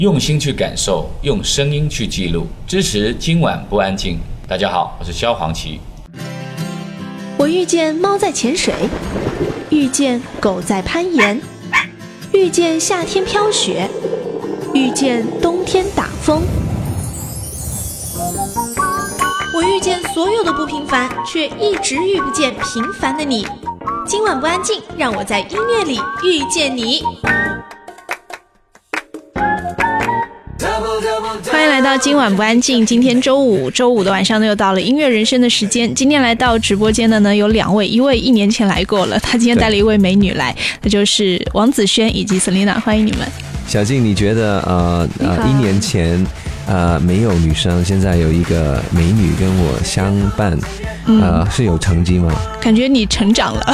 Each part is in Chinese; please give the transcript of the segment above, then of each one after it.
用心去感受，用声音去记录，支持今晚不安静。大家好，我是萧煌奇。 我遇见猫在潜水，遇见狗在攀岩，遇见夏天飘雪，遇见冬天打风。我遇见所有的不平凡，却一直遇不见平凡的你。今晚不安静，让我在音乐里遇见你。欢迎来到今晚不安静。今天周五的晚上呢，又到了音乐人生的时间。今天来到直播间的呢有两位，一位1年前来过了，他今天带了一位美女来，那就是王子轩以及 Selina， 欢迎你们。 小静，你觉得1年前没有女生，现在有一个美女跟我相伴，是有成绩吗？ 感觉你成长了。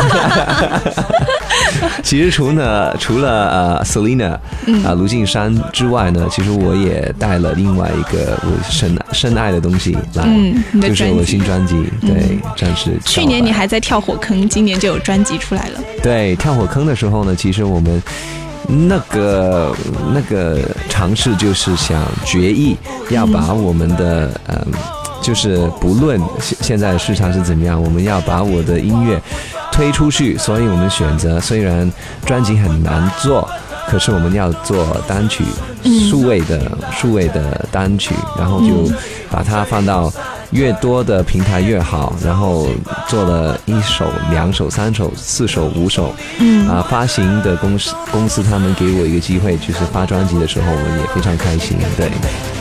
其实除了Selina 卢靖姗之外呢，其实我也带了另外一个我深爱的东西来，就是我的新专辑，对，暂时。 去年你还在跳火坑，今年就有专辑出来了。 对，跳火坑的时候呢，其实我们那个尝试就是想决议要把我们的就是不论现在的市场是怎么样，我们要把我的音乐推出去，所以我们选择虽然专辑很难做，可是我们要做单曲，数位的单曲，然后就把它放到越多的平台越好，然后做了1首、2首、3首、4首、5首，发行的公司他们给我一个机会，就是发专辑的时候，我也非常开心，对。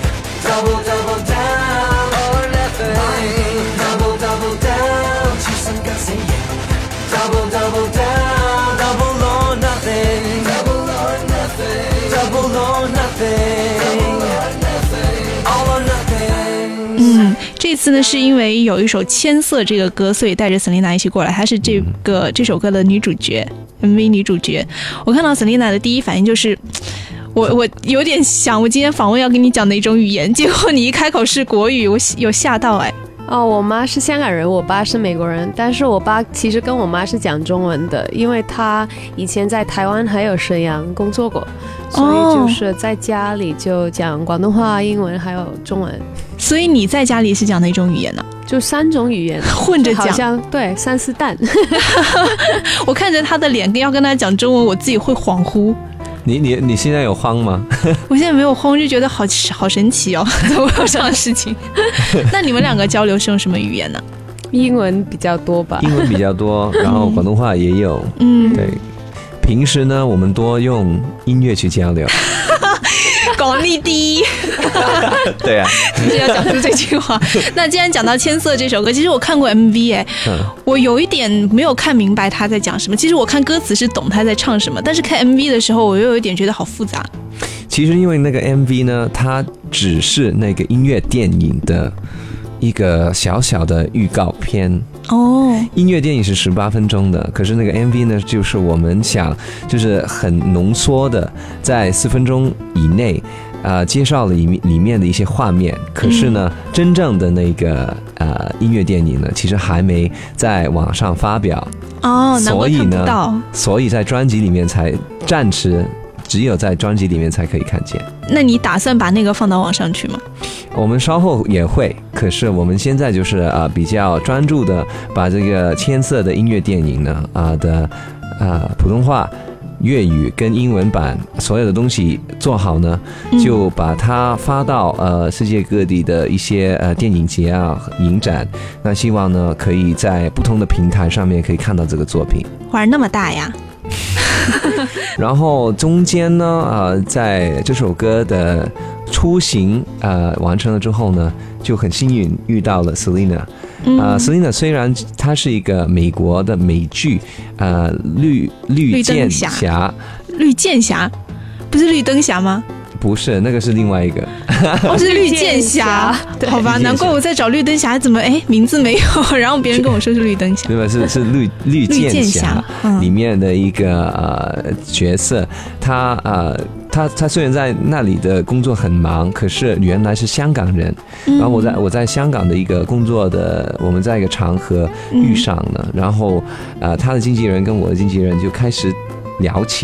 这次呢是因为有一首《千色》这个歌，所以带着 Selina 一起过来。她是这首歌的女主角 ，MV 女主角。我看到 Selina 的第一反应就是，我有点想，我今天访问要跟你讲的一种语言，结果你一开口是国语，我有吓到哎。 我妈是香港人，我爸是美国人，但是我爸其实跟我妈是讲中文的，因为他以前在台湾还有沈阳工作过，所以就是在家里就讲广东话、英文还有中文。 所以你在家里是讲哪种语言呢？ 就3种语言混着讲， 好像对3、4蛋。 我看着他的脸，要跟他讲中文，我自己会恍惚。 你现在有慌吗？ 我现在没有慌，就觉得好神奇哦，怎么会有这样的事情？那你们两个交流是用什么语言呢？ 英文比较多吧。 英文比较多，然后广东话也有。对。平时呢，我们多用音乐去交流。 广利第一。 对啊， 就是要讲出这句话。那既然讲到《千色》这首歌，其实我看过 MV 我有一点没有看明白他在讲什么。其实我看歌词是懂他在唱什么，但是看 MV 的时候，我又有一点觉得好复杂。 其实因为那个 MV 呢，它只是那个音乐电影的一个小小的预告片。音乐电影是18分钟的，可是那个 MV 呢，就是我们想就是很浓缩的，在4分钟以内介绍了里面的一些画面，可是呢，真正的那个音乐电影呢，其实还没在网上发表。 难怪看不到。 所以在专辑里面才暂时只有在专辑里面才可以看见。 那你打算把那个放到网上去吗？ 我们稍后也会，可是我们现在就是比较专注的把这个千色的音乐电影呢的普通话、粤语跟英文版所有的东西做好呢，就把它发到世界各地的一些电影节影展。那希望呢可以在不同的平台上面可以看到这个作品。 玩那么大呀！ 然后中间呢在这首歌的出行完成了之后呢，就很幸运遇到了 Selina。Selina 虽然她是一个美国的美剧绿箭侠， 绿箭侠不是绿灯侠吗？ 不是，那个是另外一个。 是绿箭侠。好吧，难怪我在找绿灯侠，怎么名字没有，然后别人跟我说是绿灯侠。 对吧？是绿箭侠里面的一个角色。他虽然在那里的工作很忙，可是原来是香港人。然后我在香港的一个工作的，我们在一个场合遇上了，然后他的经纪人跟我的经纪人就开始聊起，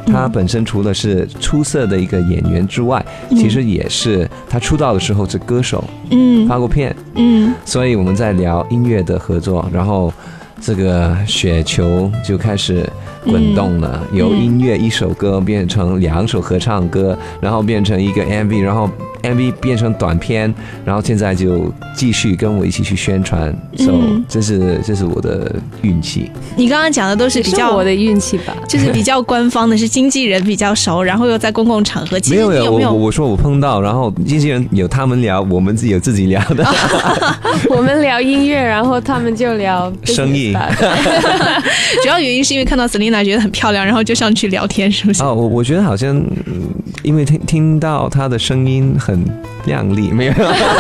他本身除了是出色的一个演员之外，其实也是他出道的时候是歌手，发过片，所以我们在聊音乐的合作，然后这个雪球就开始滚动了，由音乐一首歌变成2首合唱歌，然后变成一个 MV， 然后 MV 变成短片，然后现在就继续跟我一起去宣传，这是我的运气。 你刚刚讲的都是比较是我的运气吧， 就是比较官方的，是经纪人比较熟，然后又在公共场合。其实你有没有？ 我说我碰到，然后经纪人有他们聊，我们有自己聊的。 我们聊音乐，然后他们就聊生意。 主要原因是因为看到 Selina 觉得很漂亮，然后就上去聊天，是不是？ 哦，我觉得好像因为听到她的声音很亮丽，没有。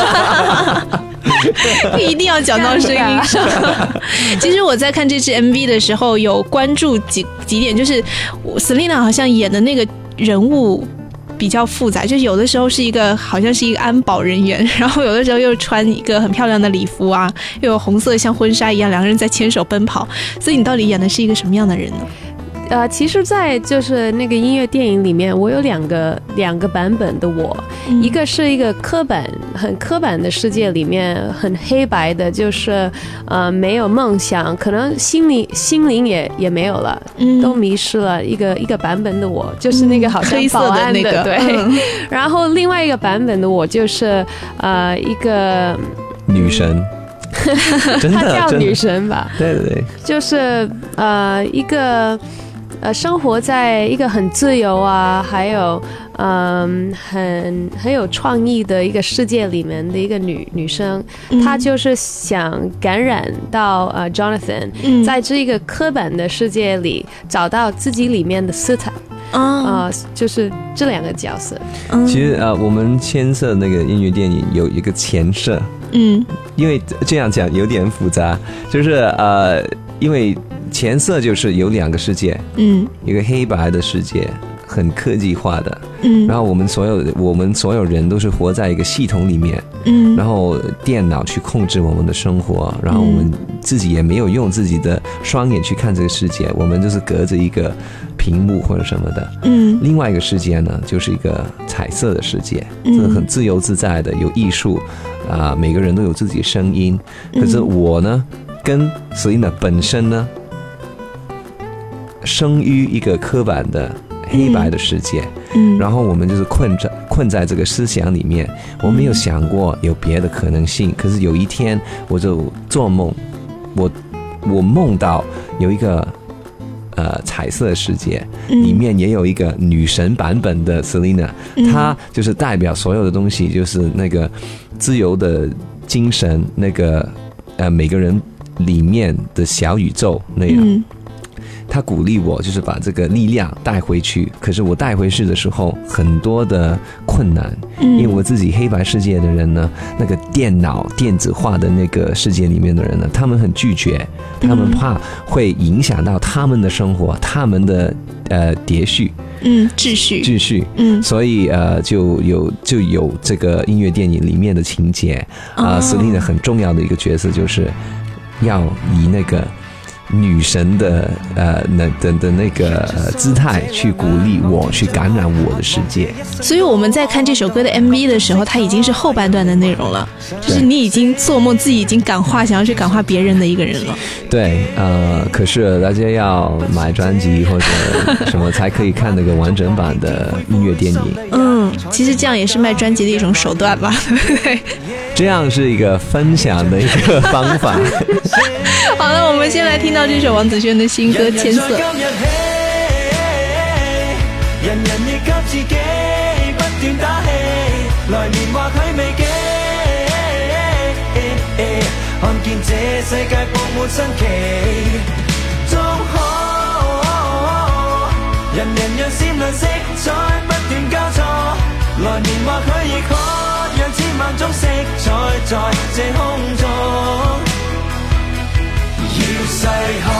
一定要讲到声音上。其实我在看这支 MV 的时候，有关注几点，就是 Selina 好像演的那个人物比较复杂，就是有的时候是好像是一个安保人员，然后有的时候又穿一个很漂亮的礼服啊，又有红色像婚纱一样，两个人在牵手奔跑。所以你到底演的是一个什么样的人呢？ 其实在就是那个音乐电影里面，我有两个版本的我，一个是一个很刻板的世界里面，很黑白的，就是没有梦想，可能心灵也没有了，都迷失了，一个版本的我，就是那个好像保安的黑色的那个， 对。然后另外一个版本的我就是一个女神。真的， 她叫女神吧？ 对对对， 就是一个生活在一个很自由啊，还有很有创意的一个世界里面的一个女生，她就是想感染到Jonathan，在这个刻板的世界里找到自己里面的色彩。就是这两个角色。 其实我们牵涉那个音乐电影有一个前设，因为这样讲有点复杂，就是因为前设就是有2个世界，一个黑白的世界，很科技化的，然后我们所有人都是活在一个系统里面，然后电脑去控制我们的生活，然后我们自己也没有用自己的双眼去看这个世界，我们就是隔着一个屏幕或者什么的。另外一个世界呢，就是一个彩色的世界，这很自由自在的，有艺术每个人都有自己的声音。可是我呢，跟 Selina 本身呢，生于一个刻板的黑白的世界，然后我们就是困在这个思想里面，我没有想过有别的可能性。可是有一天我就做梦，我梦到有一个彩色世界，里面也有一个女神版本的 Selina，她就是代表所有的东西，就是那个自由的精神，那个每个人里面的小宇宙那样。他鼓励我，就是把这个力量带回去。可是我带回去的时候，很多的困难，因为我自己黑白世界的人呢，那个电脑电子化的那个世界里面的人呢，他们很拒绝，他们怕会影响到他们的生活，他们的秩序，所以就有这个音乐电影里面的情节，Selina 很重要的一个角色就是要以那个女神的那个姿态去鼓励我，去感染我的世界。 所以我们在看这首歌的 MV 的时候，它已经是后半段的内容了，就是你已经做梦自己已经感化，想要去感化别人的一个人了。 对，可是大家要买专辑或者什么才可以看那个完整版的音乐电影。 其实这样也是卖专辑的一种手段吧，对不对？ 这样是一个分享的一个方法。 好了，我们先来聽到這首王子軒的新歌《千色》。人人亦給自己不斷打氣，來年或許未記，看見這世界佈滿新奇，終可人人讓閃亮色彩不斷交錯，來年或許亦可讓千萬種色彩在這空中。要細看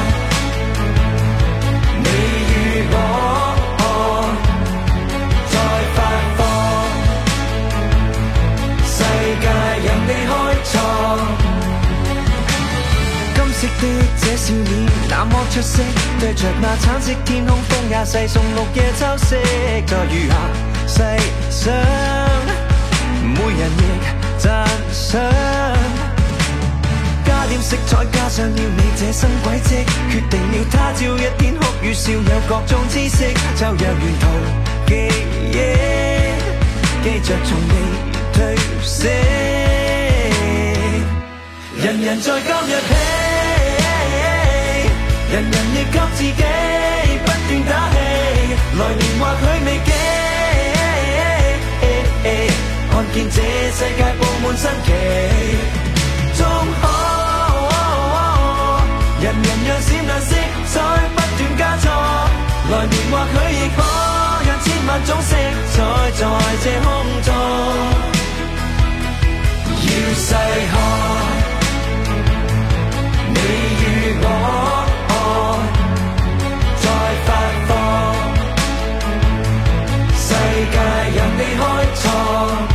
你與我再發放，世界任你開創。金色的這笑臉，哪那麼出色，對着那橙色天空，風也細送綠野秋色，在餘下世上，每人亦讚賞。加點色彩，加上了你這生軌跡，決定了他朝一天哭與笑有各種知識，就讓沿途記憶記着從未褪色。人人在今日起，人人亦給自己不斷打氣，來年或許未記，看見這世界佈滿新奇，終可人人讓閃亮色彩不斷加錯，來年或許亦可讓千萬種色彩在這空中，要細看你與我再發放，世界任你開創。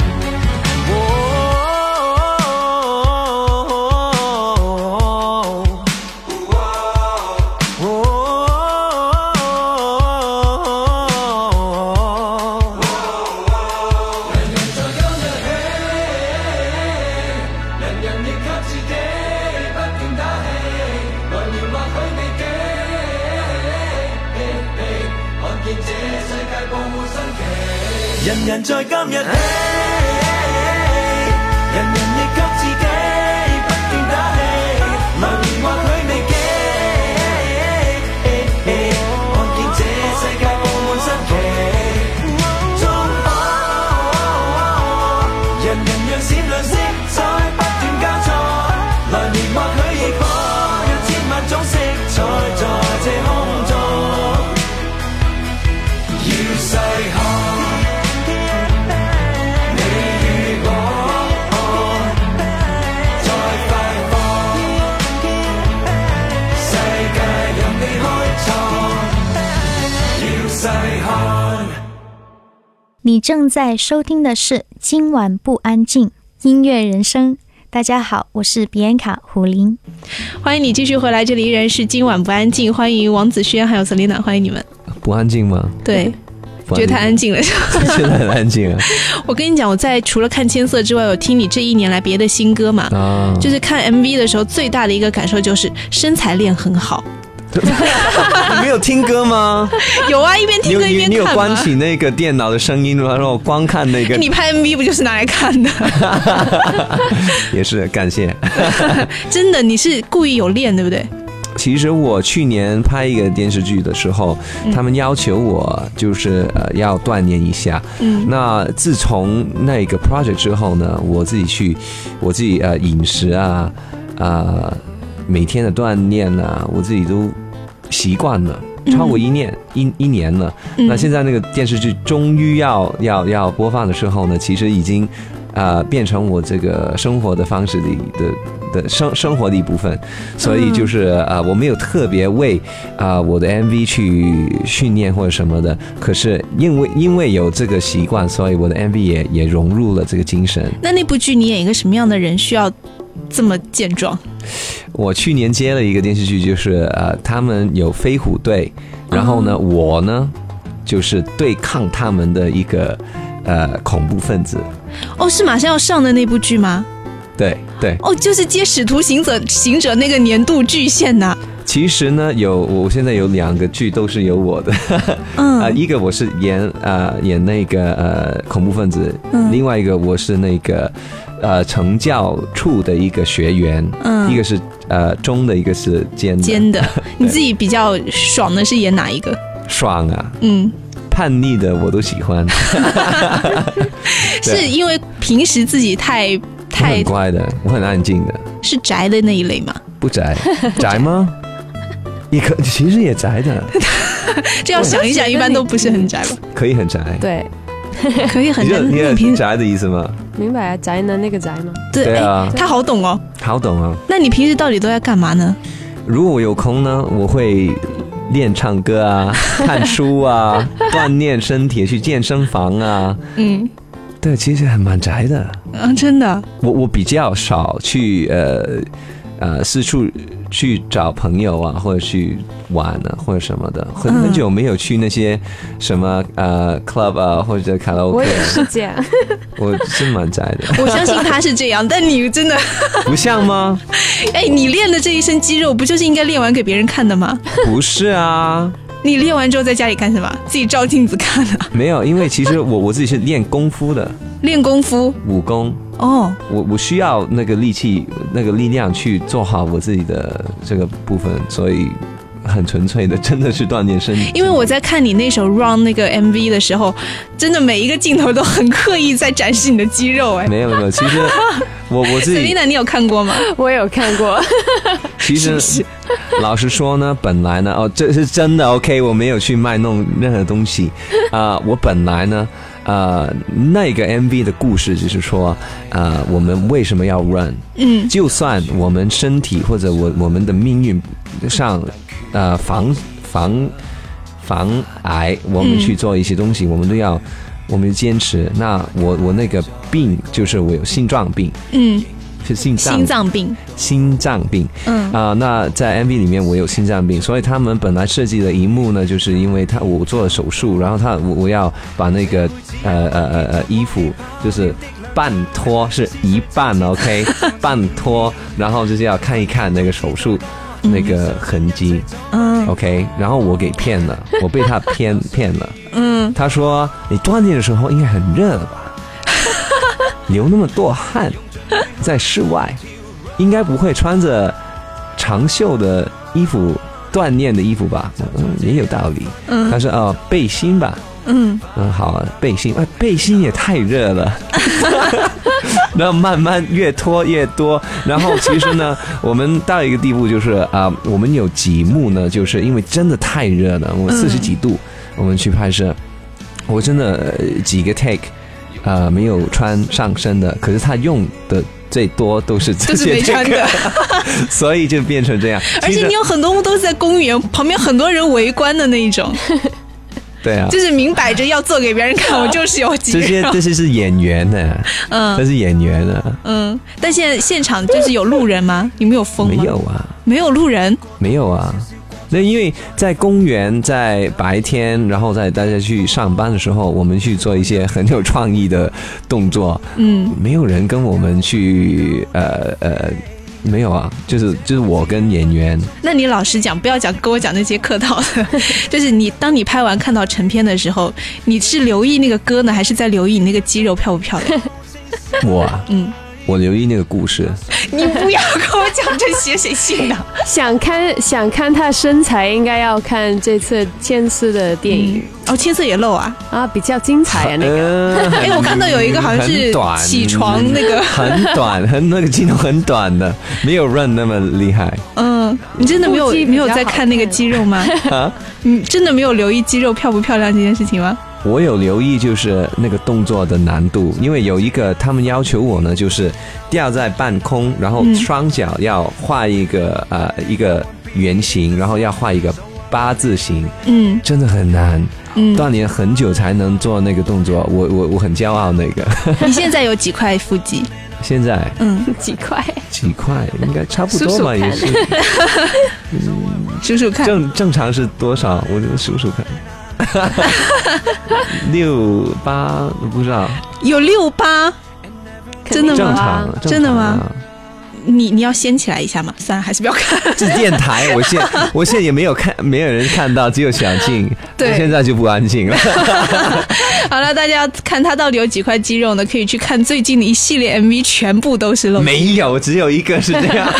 人人在今日起，人人亦給自己不斷打氣，來年或許未記，看見這世界佈滿新奇，終可人人讓閃亮色彩不斷加錯，來年或許亦可讓千萬種色彩在這空中，要細看。 你正在收听的是今晚不安静音乐人生。大家好，我是比安卡胡林， 欢迎你继续回来，这里依然是今晚不安静，欢迎王子轩还有 Selina， 欢迎你们。 不安静吗？ 对，觉得太安静了， 觉得很安静啊。 我跟你讲，我在除了看千色之外，有听你这一年来别的新歌嘛，就是看 MV 的时候，最大的一个感受就是身材练很好。 你没有听歌吗？ 有啊，一边听歌一边看。 你有关起那个电脑的声音吗？然后光看那个。 你拍 MV 不就是拿来看的？ 也是，感谢。 真的，你是故意有练，对不对？ 其实我去年拍一个电视剧的时候，他们要求我就是要锻炼一下。那自从那个 project 之后呢，我自己饮食啊每天的锻炼啊，我自己都习惯了，超过一年了。那现在那个电视剧终于要播放的时候呢，其实已经变成我这个生活的方式的生活的一部分，所以就是我没有特别为我的 MV 去训练或者什么的，可是因为有这个习惯，所以我的 MV 也融入了这个精神。 那部剧你演一个什么样的人需要这么健壮？ 我去年接了一个电视剧，就是他们有飞虎队，然后呢，我呢就是对抗他们的一个恐怖分子。 哦，是马上要上的那部剧吗？ 对。 哦，就是接《使徒行者》那个年度巨献呐。 其实呢，我现在有2个剧都是有我的，一个我是演那个恐怖分子，另外一个我是那个惩教处的一个学员，一个是中的，一个是尖的。 你自己比较爽的是演哪一个？ 爽啊，叛逆的我都喜欢。 是因为平时自己太我很乖的，我很安静的。是宅的那一类吗？ 不宅，宅吗？其实也宅的。 这要想一想，一般都不是很宅吧？ 可以很宅， 对， 可以很宅。 你有宅的意思吗？ 明白啊，宅男那个宅吗？ 对啊， 他好懂哦。 好懂啊。 那你平时到底都在干嘛呢？ 如果我有空呢，我会练唱歌啊，看书啊，锻炼身体，去健身房啊。对，其实还蛮宅的。 真的。 我比较少去四处去找朋友啊，或者去玩啊，或者什么的，很久没有去那些什么club 啊，或者卡拉 OK。我也是这样， 我是蛮宅的。 我相信他是这样，但你真的不像吗？ 哎，你练的这一身肌肉，不就是应该练完给别人看的吗？ 不是啊。 你练完之后在家里干什么？自己照镜子看啊？ 没有，因为其实我自己是练功夫的。 练功夫？ 武功。 哦。 我需要那个力气、那个力量去做好我自己的这个部分，所以很纯粹的，真的是锻炼身体。 因为我在看你那首 Run 那个 MV 的时候，真的每一个镜头都很刻意在展示你的肌肉。哎， 没有，其实我自己。 Selina， 你有看过吗？ 我有看过。 其实老实说呢，本来呢，这是真的 OK， 我没有去卖弄任何东西我本来呢那个 MV 的故事就是说我们为什么要 run， 就算我们身体或者我们的命运上防癌，我们去做一些东西，我们坚持。那我那个病就是我有心脏病，是心脏病。那在 MV 里面我有心脏病，所以他们本来设计的一幕呢，就是因为我做了手术，然后我要把那个衣服就是半脱，是一半 OK 半脱，然后就是要看一看那个手术那个痕迹，OK， 然后我给骗了，我被他骗了，他说你锻炼的时候应该很热了吧，流那么多汗，在室外，应该不会穿着长袖的衣服锻炼的衣服吧？也有道理。他说背心吧。好啊，背心也太热了。然后慢慢越脱越多，然后其实呢，我们到一个地步就是我们有几幕呢，就是因为真的太热了，我40几度，我们去拍摄，我真的几个 take 没有穿上身的，可是他用的最多都是这些 take， 没穿的所以就变成这样。 而且你有很多幕都是在公园旁边，很多人围观的那一种。 对啊， 就是明摆着要做给别人看，我就是有肌肉。 这些是演员的，这是演员的。 但现场就是有路人吗？你们有疯吗？ 没有啊， 没有路人， 没有啊。那因为在公园，在白天，然后在大家去上班的时候，我们去做一些很有创意的动作。没有人跟我们去没有啊，就是我跟演员。那你老实讲，不要跟我讲那些客套的。就是当你拍完看到成片的时候，你是留意那个歌呢，还是在留意你那个肌肉漂不漂亮？ 我留意那个故事。 你不要跟我讲这些，谁信呢？ 想看他身材，应该要看这次千丝的电影。 千丝也露啊， 比较精彩啊那个。 我看到有一个好像是起床那个很短，那个镜头很短的，没有 run 那么厉害。 你真的没有在看那个肌肉吗？你真的没有留意肌肉漂不漂亮这件事情吗？ 我有留意，就是那个动作的难度，因为有一个他们要求我呢，就是吊在半空，然后双脚要画一个圆形，然后要画一个8字形，真的很难，锻炼很久才能做那个动作，我很骄傲那个。 你现在有几块腹肌？ 现在几块应该差不多吧，也是。 数数看， 正常是多少？我数数看。6、8不知道， 有6、8，真的吗？ 正常真的吗？你要掀起来一下嘛？算了，还是不要看。 这电台，我现在也没有人看到，只有小静。对，我现在就不安静了。 好了，大家要看他到底有几块肌肉呢？可以去看最近的一系列 MV， 全部都是露。 没有，只有一个是这样。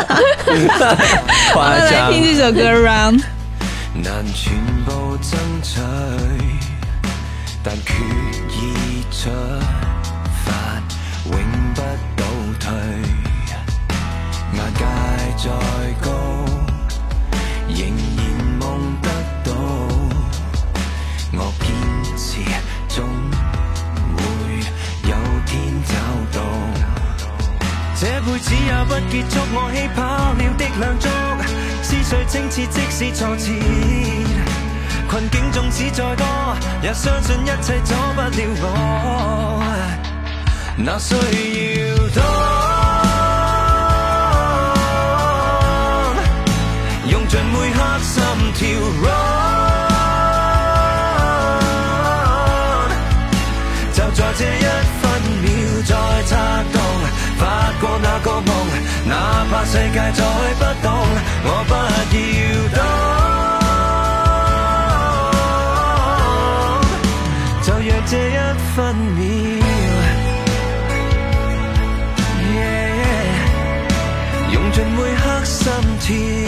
好了，来听这首歌 Run。 難全部爭取，但決意出發，永不倒退。眼界再高，仍然夢得到。我堅持總會有天找到。這輩子也不結束，我起跑了的兩足。思緒清澈，即使挫折，困境縱使再多，也相信一切阻不了我。哪需要多？ 跳 run， 就在這一分秒再策動，發過那個夢，哪怕世界再不懂，我不要懂，就讓這一分秒用盡每刻心跳，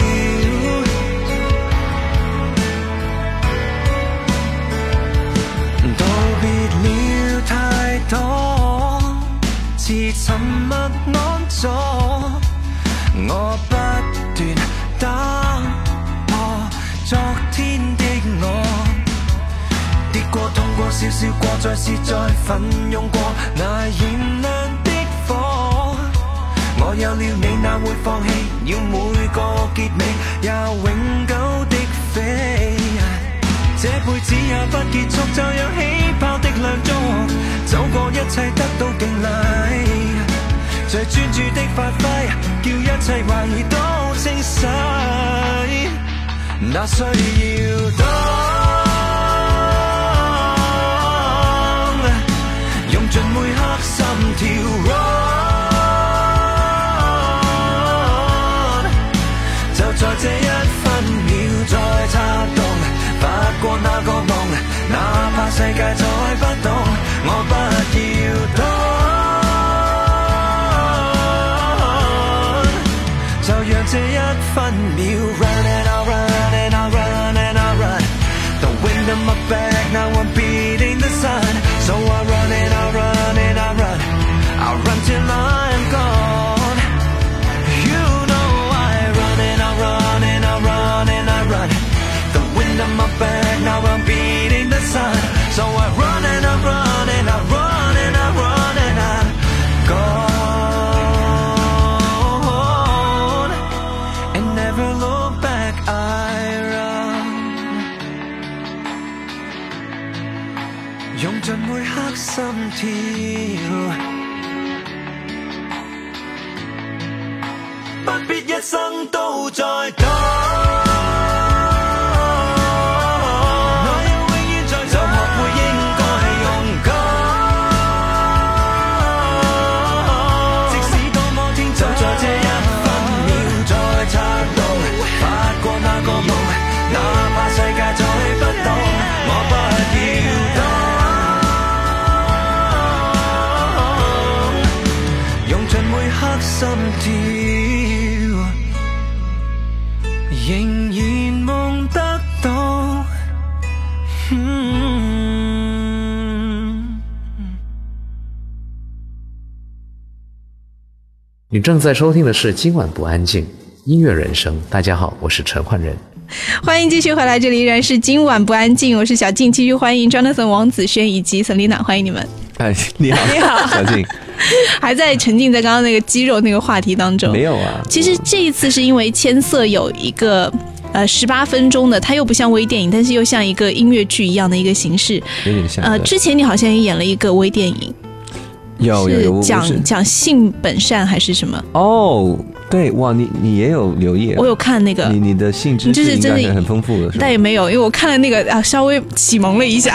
道別了太多，似沉默安坐，我不斷打破昨天的我，跌過痛過笑笑過再試再奮勇過那燃亮的火，我有了你哪會放棄，要每個結尾也永久的飛，這輩子也不結束，就讓起跑的亮鐘，走過一切得到敬禮，最專注的發揮，叫一切懷疑都清洗，哪需要當用盡每刻心跳 run， 就在這一分秒再策動，發過那個夢，哪怕世界再不懂，我不要懂，就讓這一分秒 run and I'll run and I'll run and I'll run， The wind in my back now I'm beating the sun， so I run and I'll run and I'll run， I'll run till I'm gone， you know I run and I'll run and I'll run and I'll run， The wind in my back now I'm beating the sun， so I run and I'll run and I'll run and I'll run and I'm gone and never look back I run， 用盡每刻心跳，不必一生都在等，我要永遠在就學會應該勇敢，即使多麼天真，就在這一分秒再策動，發過那個夢，哪怕世界再不懂，我不要懂，用盡每刻心跳，仍然夢得到。 你正在收听的是今晚不安静音乐人生。大家好，我是陈焕仁。 欢迎继续回来，这里依然是今晚不安静，我是小静，继续欢迎 Jonathan 王子轩以及 Selina， 欢迎你们。 哎，你好， 你好， 小静。 还在沉浸在刚刚那个肌肉那个话题当中。 没有啊， 其实这一次是因为千色有一个18分钟的，它又不像微电影，但是又像一个音乐剧一样的一个形式。 有点像。 之前你好像也演了一个微电影。 有讲性本善还是什么？ 哦，对，哇，你也有留意， 我有看那个， 你的性知识应该是很丰富的， 但也没有，因为我看了那个稍微启蒙了一下。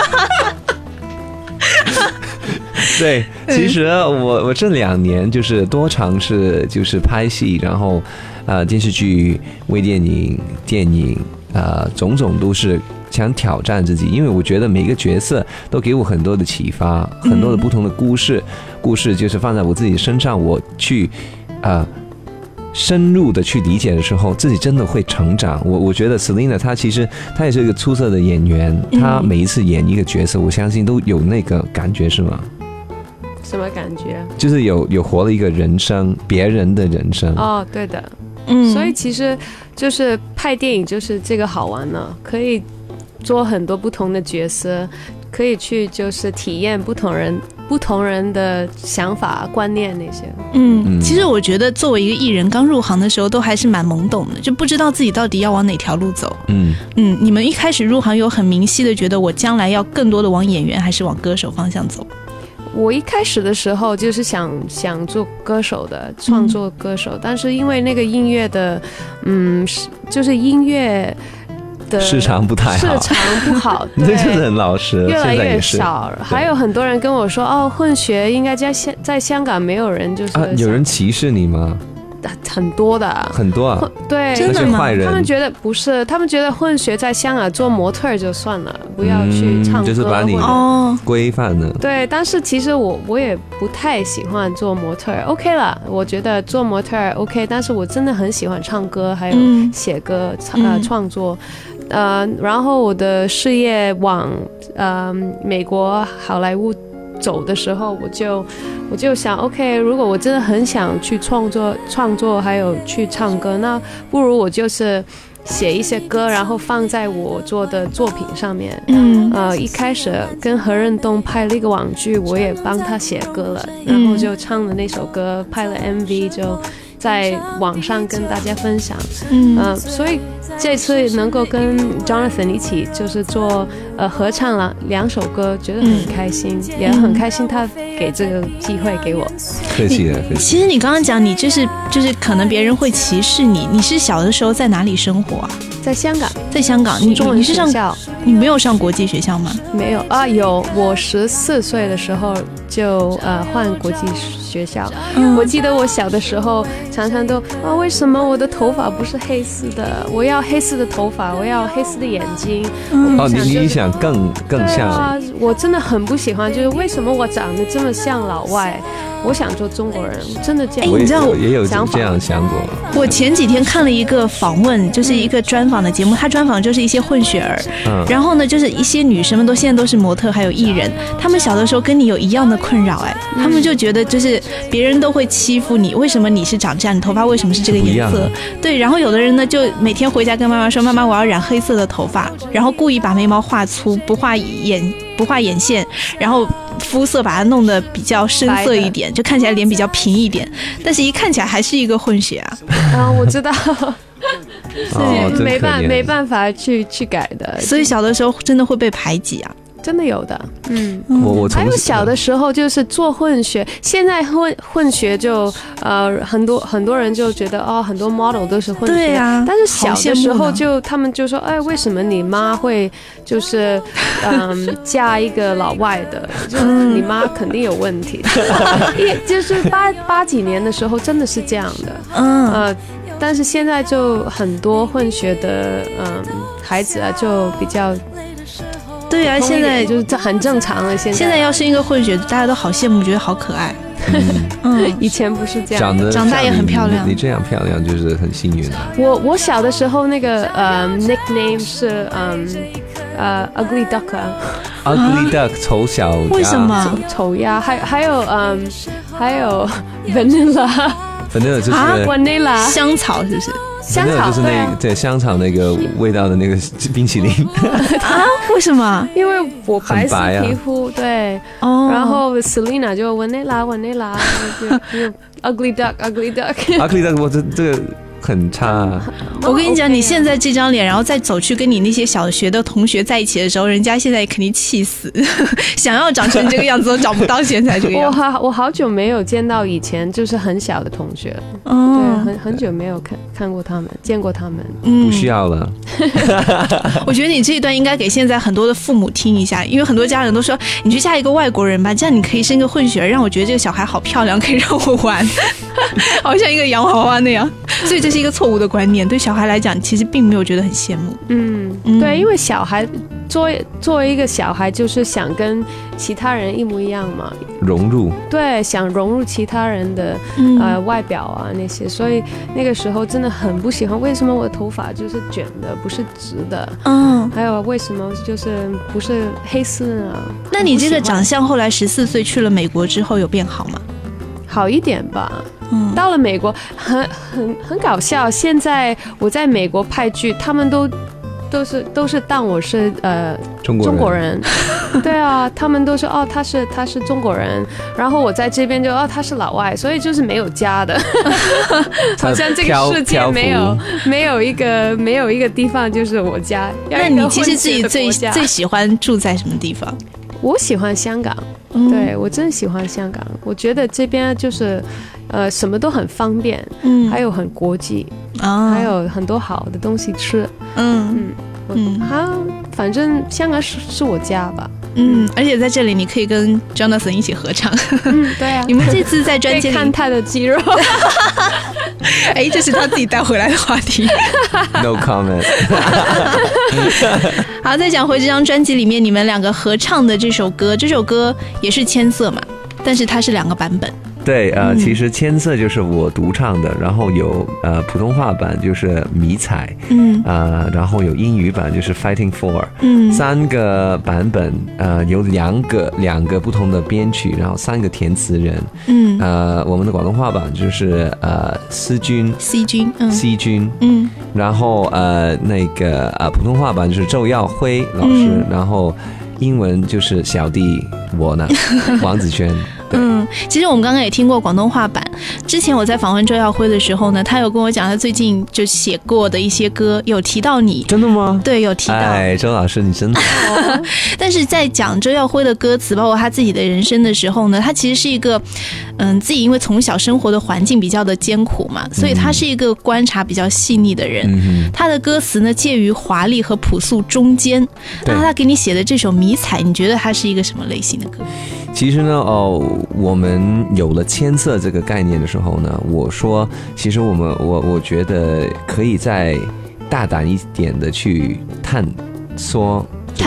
对，其实我这2年就是多尝试，就是拍戏，然后电视剧、微电影、电影种种都是想挑战自己，因为我觉得每个角色都给我很多的启发，很多的不同的故事就是放在我自己身上，我去深入的去理解的时候，自己真的会成长。我觉得 Selina 她其实她也是一个出色的演员，她每一次演一个角色，我相信都有那个感觉，是吗？ 什么感觉？ 就是有活了一个人生，别人的人生。 哦，对的，所以其实就是拍电影就是这个好玩呢，可以做很多不同的角色，可以去就是体验不同人的想法、观念那些。 其实我觉得作为一个艺人，刚入行的时候都还是蛮懵懂的，就不知道自己到底要往哪条路走。你们一开始入行有很明晰的觉得我将来要更多的往演员还是往歌手方向走？ 我一开始的时候就是想做歌手的，创作歌手，但是因为那个音乐的，就是音乐的市场不太好， 市场不好， 对，真的很老实， 越来越少。 还有很多人跟我说，哦，混血应该在香港没有人就是有人歧视你吗？ 很多的， 很多啊， 对， 真的吗？ 他们觉得不是，他们觉得混血在香港做模特就算了，不要去唱歌， 就是把你规范了。 对，但是其实我也不太喜欢做模特 ，OK 了，我觉得做模特 OK， 但是我真的很喜欢唱歌，还有写歌、创作。然后我的事业往美国好莱坞走的时候，我就想 OK， 如果我真的很想去创作还有去唱歌，那不如我就是写一些歌，然后放在我做的作品上面。一开始跟何润东拍了一个网剧，我也帮他写歌了，然后就唱了那首歌，拍了 MV， 就在网上跟大家分享。所以这次能够跟 Jonathan 一起就是做合唱了2首歌，觉得很开心，也很开心他给这个机会给我。 客气了。 其实你刚刚讲你就是可能别人会歧视你，你是小的时候在哪里生活啊？ 在香港。 在香港，你是上你没有上国际学校吗？ 没有啊，有，我14岁的时候就换国际学校。我记得我小的时候常常都为什么我的头发不是黑色的？我要黑色的头发，我要黑色的眼睛。 你想更像？ 啊，我真的很不喜欢，就是为什么我长得这么像老外？我想做中国人，真的这样。 你知道我也有这样想过。 我前几天看了一个访问，就是一个专访的节目，他专访就是一些混血儿，然后呢，就是一些女生们现在都是模特，还有艺人，他们小的时候跟你有一样的困扰，他们就觉得就是别人都会欺负你，为什么你是长这样，你头发为什么是这个颜色？对，然后有的人呢，就每天回家跟妈妈说，妈妈我要染黑色的头发，然后故意把眉毛画粗，不画眼线，然后肤色把它弄得比较深色一点，就看起来脸比较平一点，但是一看起来还是一个混血啊。 我知道。没办法去改的， 所以小的时候真的会被排挤啊。 真的有的。 我还有小的时候就是做混血，现在混血就很多人就觉得很多 model 都是混血。 对啊， 但是小的时候他们就说，为什么你妈会就是嫁一个老外的？就是你妈肯定有问题。就是八几年的时候真的是这样的。但是现在就很多混血的孩子就比较。 对啊，现在就是很正常了。现在要生一个混血，大家都好羡慕，觉得好可爱。 以前不是这样， 长大也很漂亮。 你这样漂亮就是很幸运的。 我小的时候那个nickname 是ugly duck 啊。 Ugly duck 丑小鸭。 为什么？ 丑鸭，还有 vanilla。 vanilla 就是 vanilla 香草，是不是？ 香草就是对香草那个味道的那个冰淇淋。 为什么？ 因为我白色皮肤，对。然后 Selina 就 vanilla 就 ugly duck。 ugly duck 我这个很差。 我跟你讲，你现在这张脸，然后再走去跟你那些小学的同学在一起的时候，人家现在肯定气死，想要长成这个样子都找不到现在这个样子。 我好久没有见到以前就是很小的同学了。对，很久没有看过他们，见过他们。 不需要了。 我觉得你这一段应该给现在很多的父母听一下，因为很多家长都说你去嫁一个外国人吧，这样你可以生个混血儿，让我觉得这个小孩好漂亮，可以让我玩，好像一个洋娃娃那样。所以这是一个错误的观念，对小孩来讲其实并没有觉得很羡慕。 对，因为小孩作为一个小孩就是想跟其他人一模一样嘛， 融入。对， 想融入其他人的外表啊那些，所以那个时候真的很不喜欢，为什么我的头发就是卷的不是直的？还有为什么就是不是黑丝呢？ 那你这个长相后来14岁去了美国之后有变好吗？ 好一点吧。到了美国很搞笑，现在我在美国拍剧，他们都是当我是中国人。对啊，他们都说他是中国人，然后我在这边就他是老外，所以就是没有家的。好像这个世界没有一个地方就是我家。 那你其实自己最喜欢住在什么地方？ 我喜欢香港。对，我真喜欢香港，我觉得这边就是什么都很方便，还有很国际，还有很多好的东西吃。 反正香港是我家吧。 而且在这里你可以跟 Jonathan 一起合唱。 对啊， 你们这次在专辑里看他的肌肉。 哎，这是他自己带回来的话题。 No comment 。 好，再讲回这张专辑里面你们两个合唱的这首歌也是千色嘛，但是它是2个版本。 对，其实千色就是我独唱的，然后有普通话版就是迷彩，然后有英语版就是 Fighting For， 3个版本，有两个不同的编曲，然后3个填词人，我们的广东话版就是C 君，然后那个普通话版就是周耀辉老师，然后英文就是小弟我呢，王子轩。 其实我们刚刚也听过广东话版。之前我在访问周耀辉的时候呢，他有跟我讲他最近就写过的一些歌，有提到你。 真的吗？ 对，有提到。 哎，周老师你真的好。 但是在讲周耀辉的歌词，包括他自己的人生的时候呢，他其实是一个自己因为从小生活的环境比较的艰苦嘛，所以他是一个观察比较细腻的人。他的歌词呢介于华丽和朴素中间。那他给你写的这首迷彩，你觉得它是一个什么类型的歌？ 其实呢，我们有了千色这个概念的时候呢，我说，其实我觉得可以再大胆一点的去探索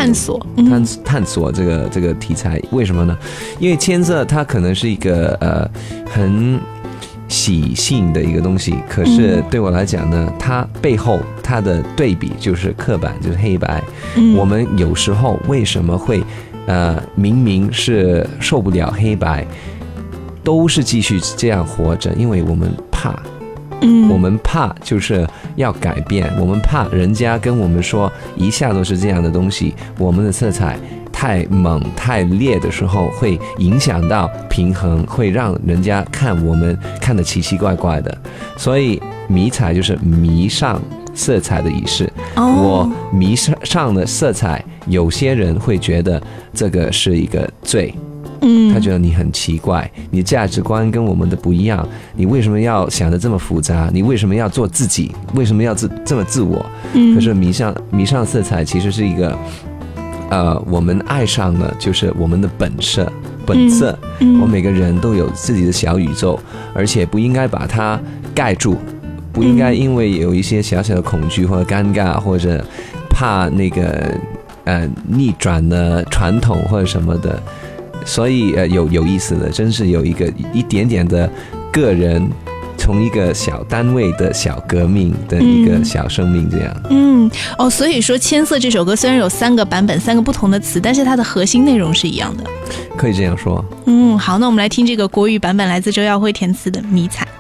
这个题材。为什么呢？因为千色它可能是一个很喜庆的一个东西，可是对我来讲呢，它背后它的对比就是刻板，就是黑白。我们有时候为什么会明明是受不了黑白，都是继续这样活着，因为我们怕。我们怕就是要改变，我们怕人家跟我们说一下都是这样的东西，我们的色彩太猛太烈的时候会影响到平衡，会让人家看我们看得奇奇怪怪的。所以迷彩就是迷上色彩的仪式。我迷上了色彩，有些人会觉得这个是一个罪，他觉得你很奇怪，你的价值观跟我们的不一样，你为什么要想得这么复杂？你为什么要做自己？为什么要这么自我？可是迷上色彩其实是一个我们爱上了就是我们的本色。我每个人都有自己的小宇宙，而且不应该把它盖住，不应该因为有一些小小的恐惧或者尴尬，或者怕那个逆转的传统或者什么的。所以有意思的，真是有一点点的个人，从一个小单位的小革命的一个小生命这样。 所以说千色这首歌虽然有3个版本，3个不同的词，但是它的核心内容是一样的， 可以这样说。 好，那我们来听这个国语版本，来自周耀辉填词的迷彩。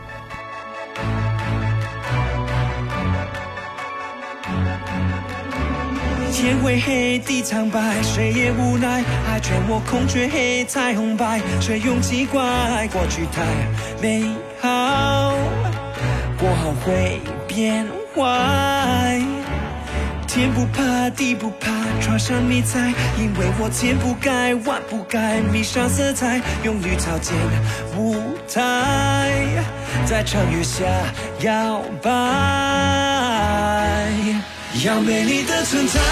天灰黑，地苍白，谁也无奈，爱劝我空却黑，彩虹白，却用奇怪，过去太美好，过后会变坏。天不怕地不怕，穿上迷彩，因为我天不该万不该，迷上色彩，用绿草建舞台，在长月下摇摆。要美丽的存在，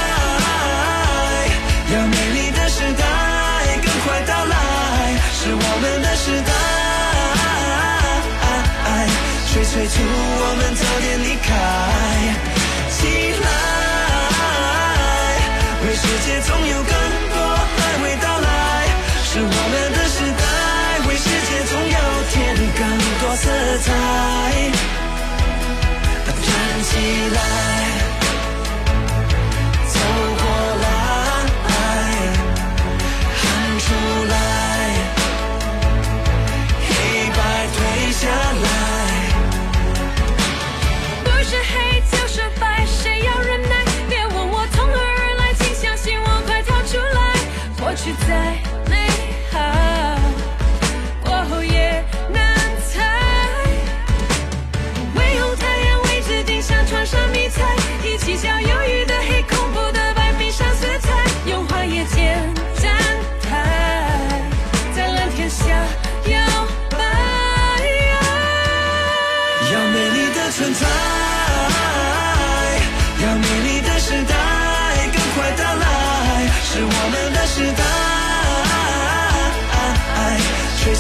要美丽的时代，更快到来，是我们的时代。谁催促我们早点离开？起来，为世界总有更多还未到来，是我们的时代，为世界总有添更多色彩。站起来。下来， 不是黑就是白，谁要忍耐？别问我从何而来，请相信我快逃出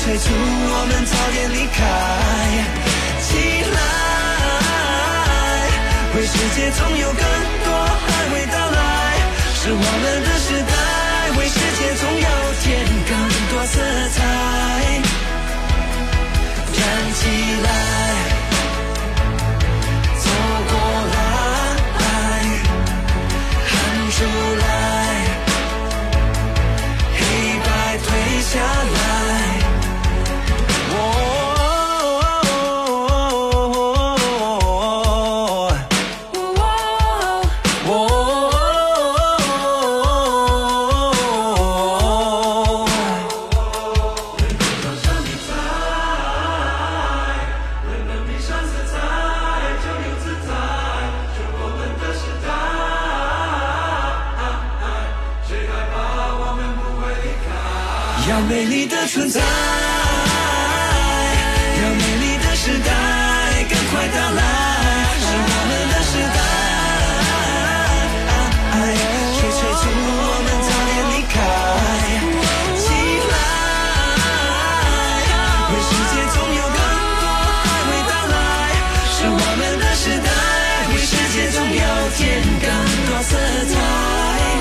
催促我们早点离开。起来，为世界总有更多还未到来，是我们的时代，为世界总有添更多色彩。站起来，走过来，喊出来，黑白推下来。要美丽的存在，要美丽的时代，赶快到来，是我们的时代。谁催促我们早点离开？起来，为世界总有更多还未到来，是我们的时代，为世界总有添更多色彩。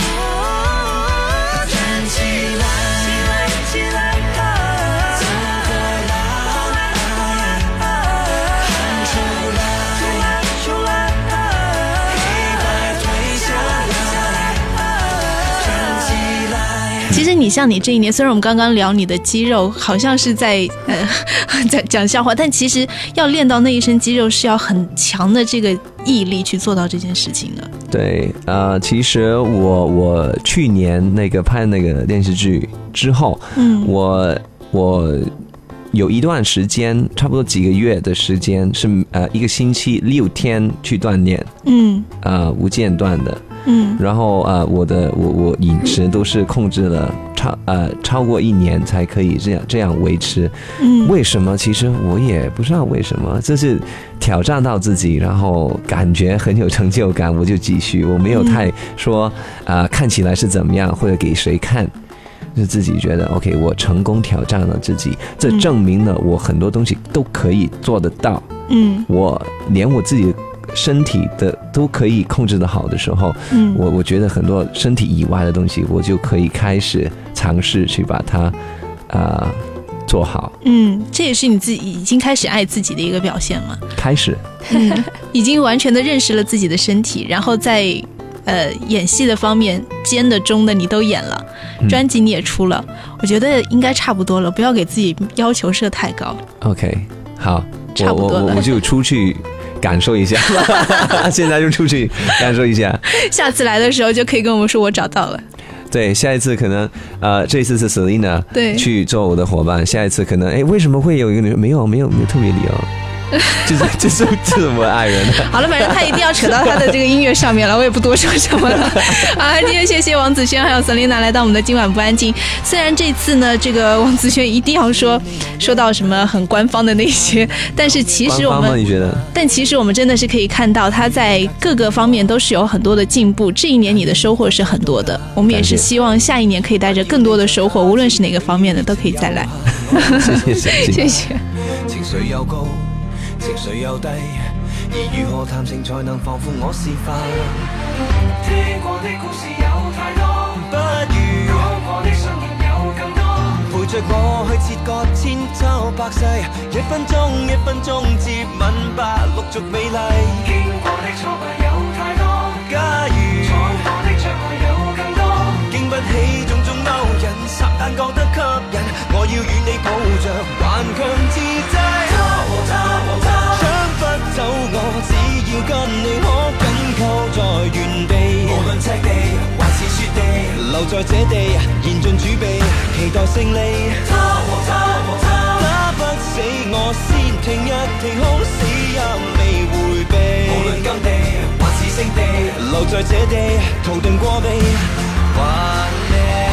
站起来。起来，走过来，喊出来，黑白推下来，站起来。 其实你像你这一年，虽然我们刚刚聊你的肌肉好像是在讲笑话，但其实要练到那一身肌肉是要很强的这个毅力去做到这件事情的。 对，其实我去年那个拍那个电视剧之后，我有一段时间，差不多几个月的时间是一个星期6天去锻炼，无间断的，然后我饮食都是控制了超过1年才可以这样维持。为什么？其实我也不知道为什么，这是挑战到自己，然后感觉很有成就感，我就继续，我没有太说看起来是怎么样或者给谁看。就自己觉得 OK， 我成功挑战了自己，这证明了我很多东西都可以做得到。我连我自己身体的都可以控制得好的时候，我觉得很多身体以外的东西，我就可以开始尝试去把它做好。 这也是你自己已经开始爱自己的一个表现嘛。 开始， 已经完全的认识了自己的身体，然后在演戏的方面，尖的中的你都演了，专辑你也出了，我觉得应该差不多了，不要给自己要求设太高。 OK， 好， 差不多了， 我就出去感受一下现在就出去感受一下， 下次来的时候就可以跟我们说我找到了。 对，下一次可能这一次是 Selina 对去做我的伙伴，下一次可能为什么会有一个没有特别理由，就是我爱人。好了，反正他一定要扯到他的这个音乐上面了，我也不多说什么了。好，今天谢谢王子轩还有 Selina 来到我们的今晚不安静。虽然这次呢，这个王子轩一定要说到什么很官方的那些，但是其实我们， 你觉得？ 但其实我们真的是可以看到他在各个方面都是有很多的进步。这一年你的收获是很多的，我们也是希望下一年可以带着更多的收获，无论是哪个方面的都可以再来。谢谢。 情緒又高，情緒又低，而如何談情才能防負我示範？聽過的故事有太多，不如講過的信念有更多。陪着我去切割千秋百世，1分鐘1分鐘接吻吧，陸續美麗。經過的挫敗有太多，假如闖過的障礙有更多，經不起種種勾引，霎眼覺得吸引，我要與你抱着，頑強自制。搶不走我，只要跟你可緊扣在原地，無論赤地還是雪地，留在這地延盡儲備，期待勝利。他打不死我，先停一停，好死也未迴避，無論禁地還是聖地，留在這地逃遁過避，還你。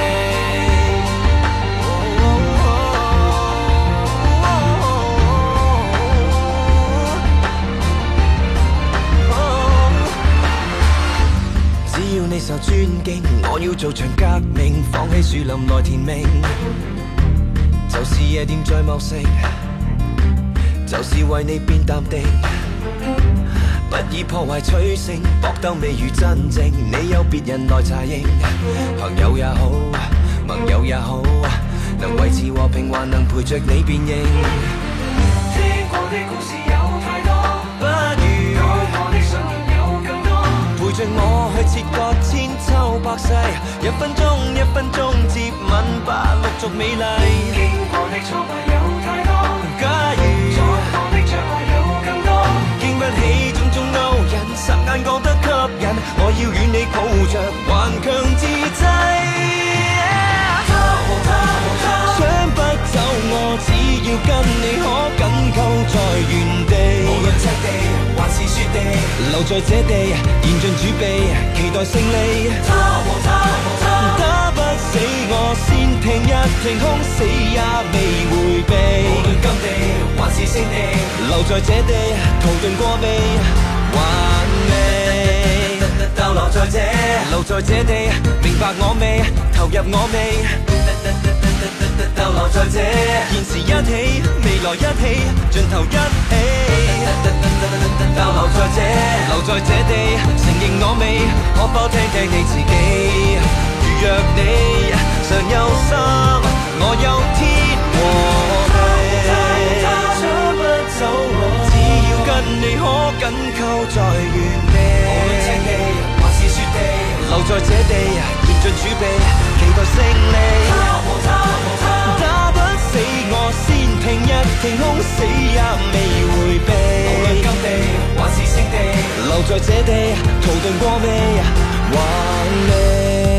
只要你受尊敬，我要做場革命，放棄樹林來填命。就就是夜店再茂盛，就是為你變淡定。不以破壞取勝，搏鬥未如真正。你有別人來查認，朋友也好，盟友也好，能維持和平，還能陪着你變應。聽過的故事有太多，不如愛過的信念有更多。陪着我去切割千秋百世，一分鐘一分鐘接吻吧，陸續美麗。經過的挫敗有太多，假如再過的障礙有更多，經不起種種勾引，霎眼覺得吸引，我要與你抱着，頑強自制。想不走我，只要跟你可緊扣在原地，無論赤地還是雪地，留在這地，燃盡儲備，期待勝利。打不死我，先聽一聽，空死也未迴避。無論金地還是聖地，留在這地，逃遁過未？還未逗留在這，留在這地，明白我未？投入我未？逗留在這，現時一起，未來一起，盡頭一起。逗留在這，留在這地，承認我未？可否聽聽你自己？如若你常有心，我有天和地。搶不走我，只要跟你可緊扣在原地。無論赤地還是雪地，留在這地，燃盡儲備，期待勝利。打不死我，先聽一聽，空死也未迴避。無論金地還是聖地，留在這地，逃遁過未？還未。